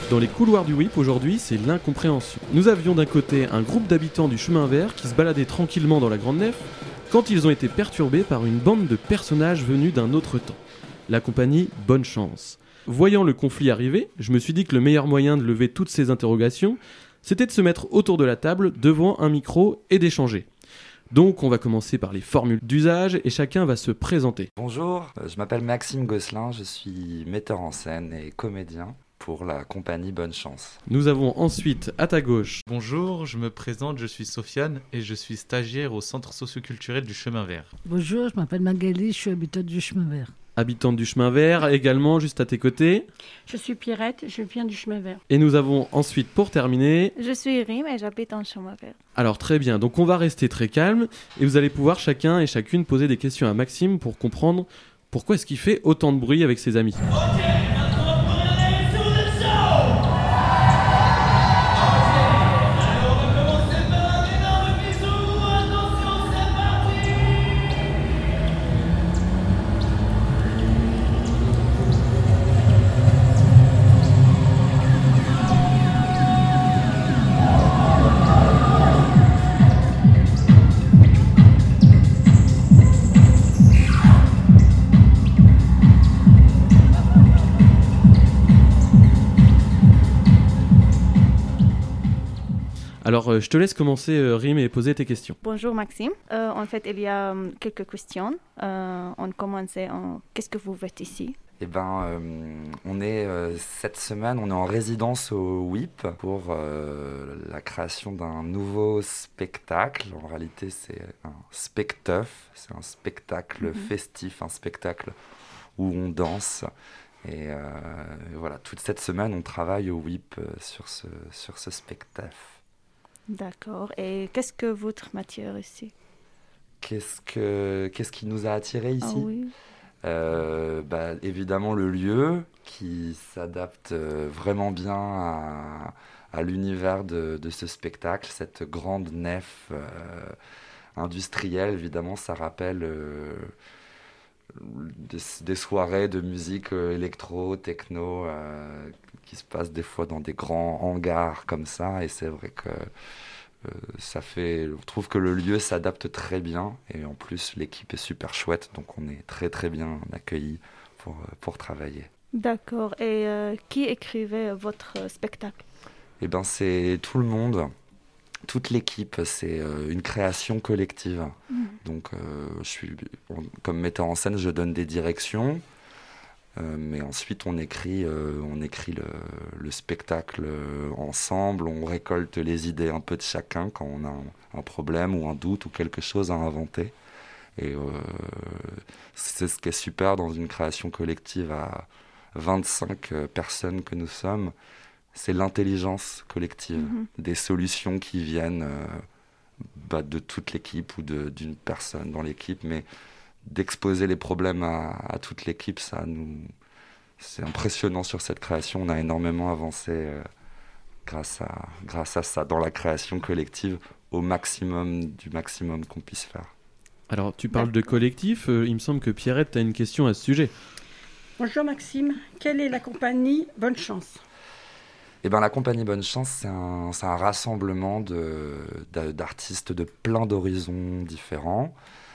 Dans les couloirs du WIP aujourd'hui, c'est l'incompréhension. Nous avions d'un côté un groupe d'habitants du chemin vert qui se baladaient tranquillement dans la grande nef quand ils ont été perturbés par une bande de personnages venus d'un autre temps. La compagnie Bonne Chance. Voyant le conflit arriver, je me suis dit que le meilleur moyen de lever toutes ces interrogations, c'était de se mettre autour de la table, devant un micro et d'échanger. Donc on va commencer par les formules d'usage et chacun va se présenter. Bonjour, je m'appelle Maxime Gosselin, je suis metteur en scène et comédien pour la compagnie Bonne Chance. Nous avons ensuite à ta gauche. Bonjour, je me présente, je suis Sofiane et je suis stagiaire au centre socioculturel du Chemin Vert. Bonjour, je m'appelle Magali, je suis habitante du Chemin Vert. Habitante du chemin vert, également juste à tes côtés. Je suis Pierrette, je viens du chemin vert. Et nous avons ensuite, pour terminer... Je suis Rim et j'habite en chemin vert. Alors très bien, donc on va rester très calme et vous allez pouvoir chacun et chacune poser des questions à Maxime pour comprendre pourquoi est-ce qu'il fait autant de bruit avec ses amis. Alors, je te laisse commencer, Rim, et poser tes questions. Bonjour Maxime. En fait, il y a quelques questions. On commence en qu'est-ce que vous faites ici? On est cette semaine, on est en résidence au WIP pour la création d'un nouveau spectacle. En réalité, c'est un specteuf, c'est un spectacle festif, un spectacle où on danse. Et voilà, toute cette semaine, on travaille au WIP sur ce specteuf. D'accord. Et qu'est-ce que votre matière ici? Qu'est-ce qui nous a attirés ici? Oui. Évidemment le lieu qui s'adapte vraiment bien à l'univers de ce spectacle, cette grande nef industrielle. Évidemment, ça rappelle des soirées de musique électro, techno qui se passent des fois dans des grands hangars comme ça, et c'est vrai que on trouve que le lieu s'adapte très bien, et en plus l'équipe est super chouette, donc on est très très bien accueillis pour travailler. D'accord. Et qui écrivait votre spectacle? Eh bien, c'est tout le monde, toute l'équipe, c'est une création collective. Donc comme metteur en scène, je donne des directions, mais ensuite on écrit le spectacle ensemble, on récolte les idées un peu de chacun quand on a un problème ou un doute ou quelque chose à inventer. Et c'est ce qui est super dans une création collective à 25 personnes que nous sommes, c'est l'intelligence collective, des solutions qui viennent de toute l'équipe ou d'une personne dans l'équipe, mais d'exposer les problèmes à toute l'équipe, c'est impressionnant sur cette création. On a énormément avancé grâce à ça, dans la création collective, au maximum du maximum qu'on puisse faire. Alors, tu parles de collectif, il me semble que Pierrette, tu as une question à ce sujet. Bonjour Maxime, quelle est la compagnie Bonne Chance? La compagnie Bonne Chance, c'est un rassemblement d'artistes de plein d'horizons différents.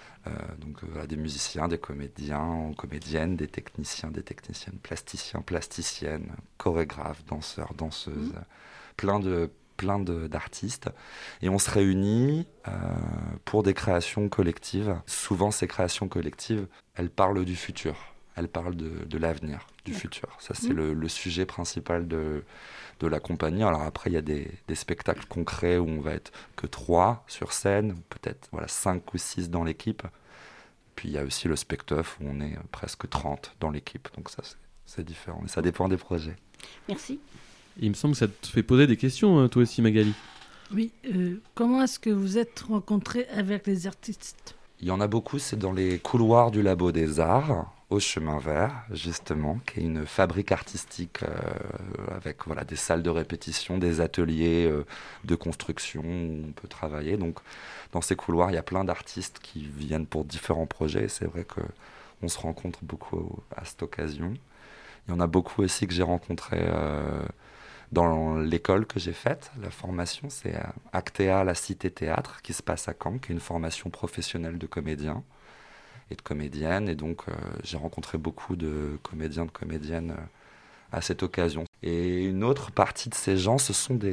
Des musiciens, des comédiens, comédiennes, des techniciennes, plasticiens, plasticiennes, chorégraphes, danseurs, danseuses, plein d'artistes. Et on se réunit pour des créations collectives. Souvent, ces créations collectives, elles parlent du futur. Elles parlent de l'avenir, du futur. Ça, c'est le sujet principal de la compagnie. Alors après, il y a des spectacles concrets où on va être que 3 sur scène, peut-être 5 ou 6 dans l'équipe. Puis il y a aussi le specteuf où on est presque 30 dans l'équipe. Donc ça, c'est différent. Mais ça dépend des projets. Merci. Il me semble que ça te fait poser des questions, toi aussi, Magali. Oui, comment est-ce que vous êtes rencontrés avec les artistes? Il y en a beaucoup, c'est dans les couloirs du Labo des Arts, au Chemin Vert, justement, qui est une fabrique artistique avec des salles de répétition, des ateliers de construction où on peut travailler. Donc, dans ces couloirs, il y a plein d'artistes qui viennent pour différents projets. C'est vrai qu'on se rencontre beaucoup à cette occasion. Il y en a beaucoup aussi que j'ai rencontrés dans l'école que j'ai faite. La formation, c'est à Actea, la Cité Théâtre, qui se passe à Caen, qui est une formation professionnelle de comédiens et de comédiennes. Et donc, j'ai rencontré beaucoup de comédiens, de comédiennes à cette occasion. Et une autre partie de ces gens, ce sont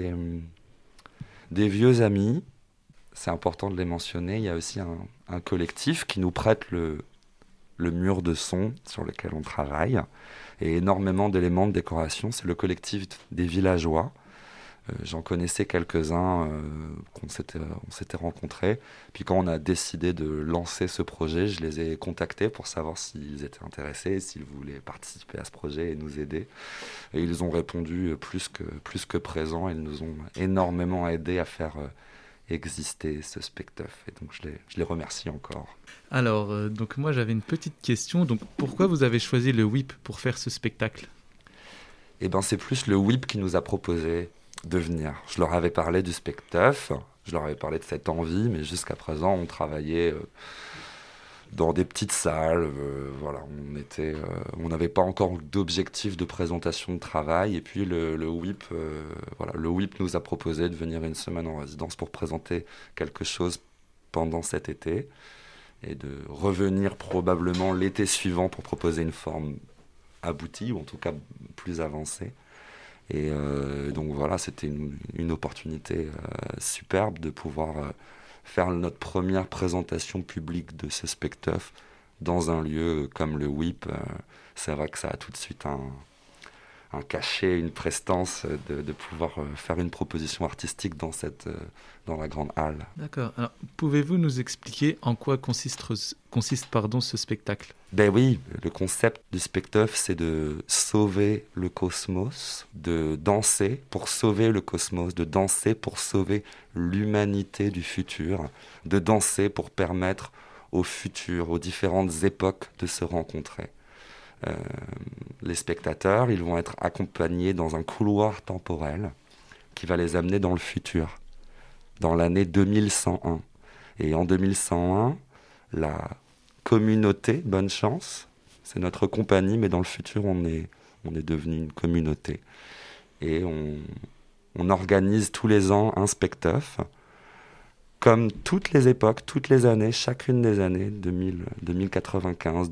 des vieux amis. C'est important de les mentionner. Il y a aussi un collectif qui nous prête le mur de son sur lequel on travaille et énormément d'éléments de décoration. C'est le collectif des villageois. J'en connaissais quelques-uns on s'était rencontrés. Puis quand on a décidé de lancer ce projet, je les ai contactés pour savoir s'ils étaient intéressés, s'ils voulaient participer à ce projet et nous aider. Et ils ont répondu plus que présents. Ils nous ont énormément aidés à faire exister ce spectacle. Et donc je les remercie encore. Alors, donc moi j'avais une petite question. Donc pourquoi vous avez choisi le WIP pour faire ce spectacle ? Eh ben c'est plus le WIP qui nous a proposé de venir. Je leur avais parlé du spectacle, je leur avais parlé de cette envie, mais jusqu'à présent on travaillait dans des petites salles. Voilà, on n'avait pas encore d'objectif de présentation de travail. Et puis le WIP, le WIP nous a proposé de venir une semaine en résidence pour présenter quelque chose pendant cet été et de revenir probablement l'été suivant pour proposer une forme aboutie ou en tout cas plus avancée. Et donc voilà, c'était une opportunité superbe de pouvoir faire notre première présentation publique de ce spectacle dans un lieu comme le WIP. C'est vrai que ça a tout de suite un cachet, une prestance de pouvoir faire une proposition artistique dans la grande halle. D'accord. Alors, pouvez-vous nous expliquer en quoi consiste ce spectacle ? Ben oui, le concept du spectacle, c'est de sauver le cosmos, de danser pour sauver le cosmos, de danser pour sauver l'humanité du futur, de danser pour permettre au futur, aux différentes époques de se rencontrer. Les spectateurs, ils vont être accompagnés dans un couloir temporel qui va les amener dans le futur, dans l'année 2101. Et en 2101, la communauté, bonne chance, c'est notre compagnie, mais dans le futur, on est devenu une communauté. Et on organise tous les ans un spectacle, comme toutes les époques, toutes les années, chacune des années, 2095,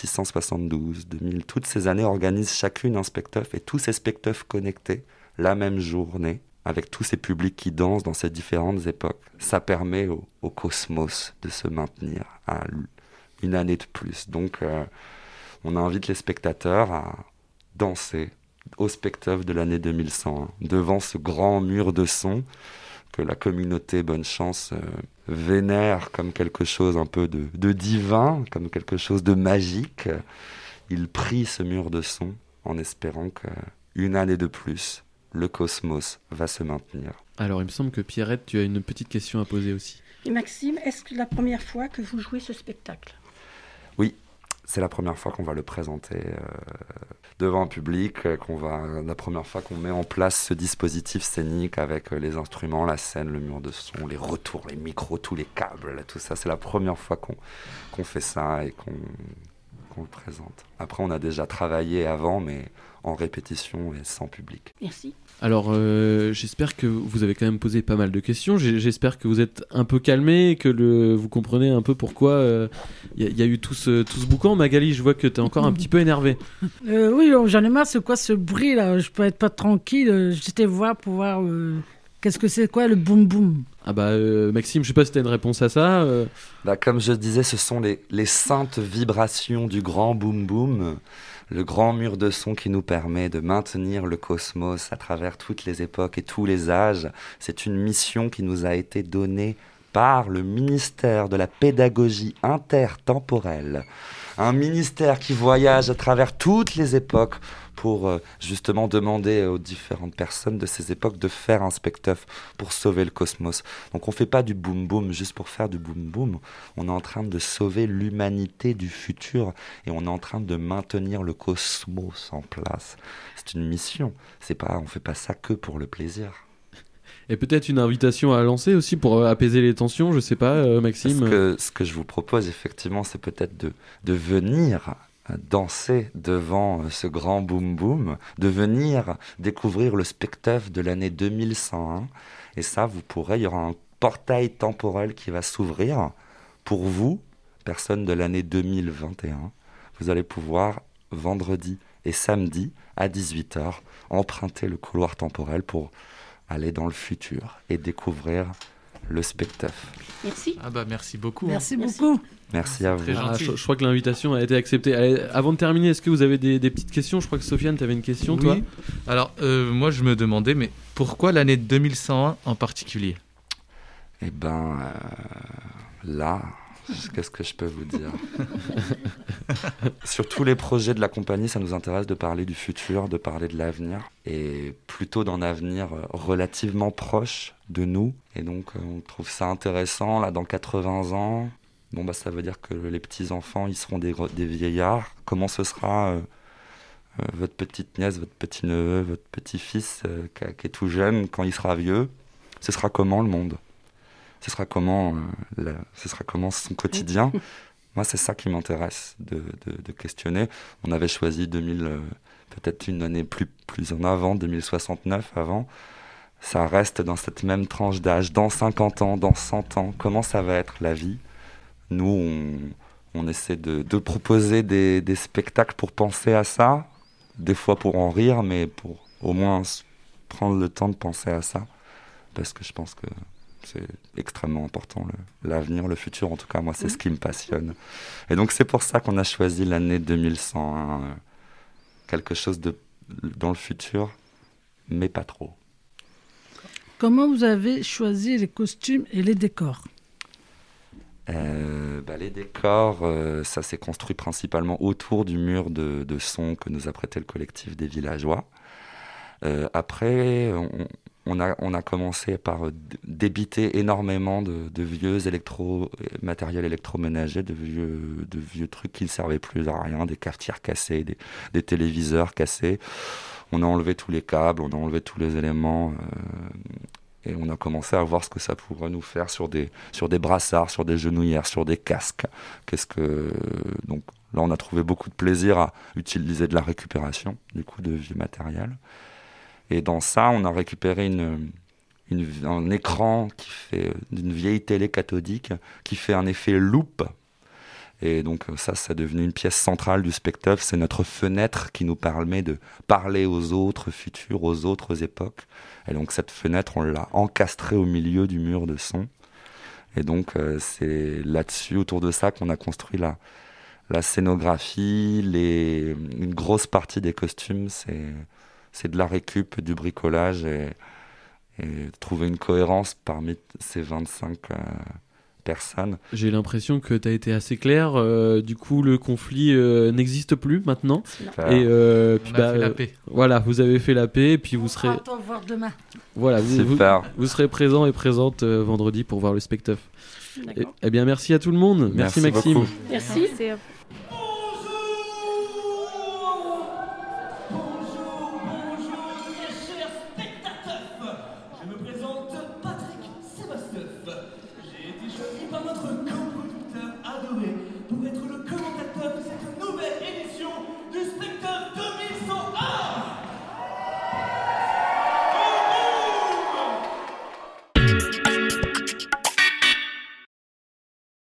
2672, 2000, toutes ces années organisent chacune un spectacle, et tous ces spectacles connectés la même journée, avec tous ces publics qui dansent dans ces différentes époques. Ça permet au cosmos de se maintenir à une année de plus. Donc, on invite les spectateurs à danser au spectacle de l'année 2101, devant ce grand mur de son que la communauté Bonne Chance vénère comme quelque chose un peu de divin, comme quelque chose de magique. Il prie ce mur de son en espérant qu'une année de plus, le cosmos va se maintenir. Alors, il me semble que Pierrette, tu as une petite question à poser aussi. Et Maxime, est-ce que la première fois que vous jouez ce spectacle ? Oui, c'est la première fois qu'on va le présenter devant un public, la première fois qu'on met en place ce dispositif scénique avec les instruments, la scène, le mur de son, les retours, les micros, tous les câbles, tout ça. C'est la première fois qu'on fait ça et qu'on le présente. Après, on a déjà travaillé avant, mais en répétition et sans public. Merci. Alors, j'espère que vous avez quand même posé pas mal de questions. J'espère que vous êtes un peu calmé et que vous comprenez un peu pourquoi il y a eu tout ce boucan. Magali, je vois que tu es encore un petit peu énervée. Oui, j'en ai marre, c'est quoi ce bruit là ? Je peux être pas tranquille, j'étais voir pour voir qu'est-ce que c'est quoi le boum boum. Ah bah Maxime, je sais pas si tu as une réponse à ça. Comme je disais, ce sont les saintes vibrations du grand boum boum. Le grand mur de son qui nous permet de maintenir le cosmos à travers toutes les époques et tous les âges. C'est une mission qui nous a été donnée par le ministère de la pédagogie intertemporelle. Un ministère qui voyage à travers toutes les époques pour justement demander aux différentes personnes de ces époques de faire un spectacle pour sauver le cosmos. Donc on ne fait pas du boum boum juste pour faire du boum boum. On est en train de sauver l'humanité du futur et on est en train de maintenir le cosmos en place. C'est une mission. On ne fait pas ça que pour le plaisir. Et peut-être une invitation à lancer aussi pour apaiser les tensions, je sais pas, Maxime. Ce que je vous propose effectivement, c'est peut-être de venir danser devant ce grand boom boom, de venir découvrir le spectacle de l'année 2101. Et ça, il y aura un portail temporel qui va s'ouvrir pour vous, personnes de l'année 2021. Vous allez pouvoir, vendredi et samedi, à 18h, emprunter le couloir temporel pour aller dans le futur et découvrir le spectacle. Merci. Ah bah merci beaucoup. Merci beaucoup. Merci à vous. Très gentil. Je crois que l'invitation a été acceptée. Allez, avant de terminer, est-ce que vous avez des petites questions ? Je crois que Sofiane, tu avais une question, toi ? Oui. Alors, moi, je me demandais, mais pourquoi l'année 2101 en particulier ? Eh ben, là, qu'est-ce que je peux vous dire ? Sur tous les projets de la compagnie, ça nous intéresse de parler du futur, de parler de l'avenir, et plutôt d'un avenir relativement proche de nous. Et donc, on trouve ça intéressant, là, dans 80 ans. Bon, bah, ça veut dire que les petits-enfants, ils seront des vieillards. Comment ce sera votre petite nièce, votre petit-neveu, votre petit-fils qui est tout jeune, quand il sera vieux ? Ce sera comment le monde ? Ce sera comment son quotidien ? Moi, c'est ça qui m'intéresse de questionner. On avait choisi peut-être une année plus en avant, 2069 avant. Ça reste dans cette même tranche d'âge. Dans 50 ans, dans 100 ans, comment ça va être la vie ? Nous, on essaie de proposer des spectacles pour penser à ça, des fois pour en rire, mais pour au moins prendre le temps de penser à ça, parce que je pense que c'est extrêmement important, l'avenir, le futur. En tout cas, moi, c'est ce qui me passionne. Et donc, c'est pour ça qu'on a choisi l'année 2101, quelque chose dans le futur, mais pas trop. Comment vous avez choisi les costumes et les décors ? Les décors, ça s'est construit principalement autour du mur de son que nous a prêté le collectif des villageois. Après, on a commencé par débiter énormément de vieux matériel électroménager, de vieux trucs qui ne servaient plus à rien, des cafetières cassées, des téléviseurs cassés. On a enlevé tous les câbles, on a enlevé tous les éléments. Et on a commencé à voir ce que ça pourrait nous faire sur des brassards, sur des genouillères, sur des casques. Donc là, on a trouvé beaucoup de plaisir à utiliser de la récupération, du coup, de vieux matériel. Et dans ça, on a récupéré un écran d'une vieille télé cathodique qui fait un effet loupe. Et donc ça est devenu une pièce centrale du spectacle. C'est notre fenêtre qui nous permet de parler aux autres futurs, aux autres époques. Et donc cette fenêtre, on l'a encastrée au milieu du mur de son. Et donc c'est là-dessus, autour de ça, qu'on a construit la scénographie. Une grosse partie des costumes, c'est de la récup, du bricolage et trouver une cohérence parmi ces 25 personnes. J'ai l'impression que tu as été assez clair. Du coup, le conflit n'existe plus maintenant. Et on a fait la paix. Voilà, vous avez fait la paix et puis vous serez... On va te voir demain. Voilà, Super. vous serez présents et présentes vendredi pour voir le spectacle. D'accord. Eh bien, merci à tout le monde. Merci Maxime. Beaucoup. Merci. C'est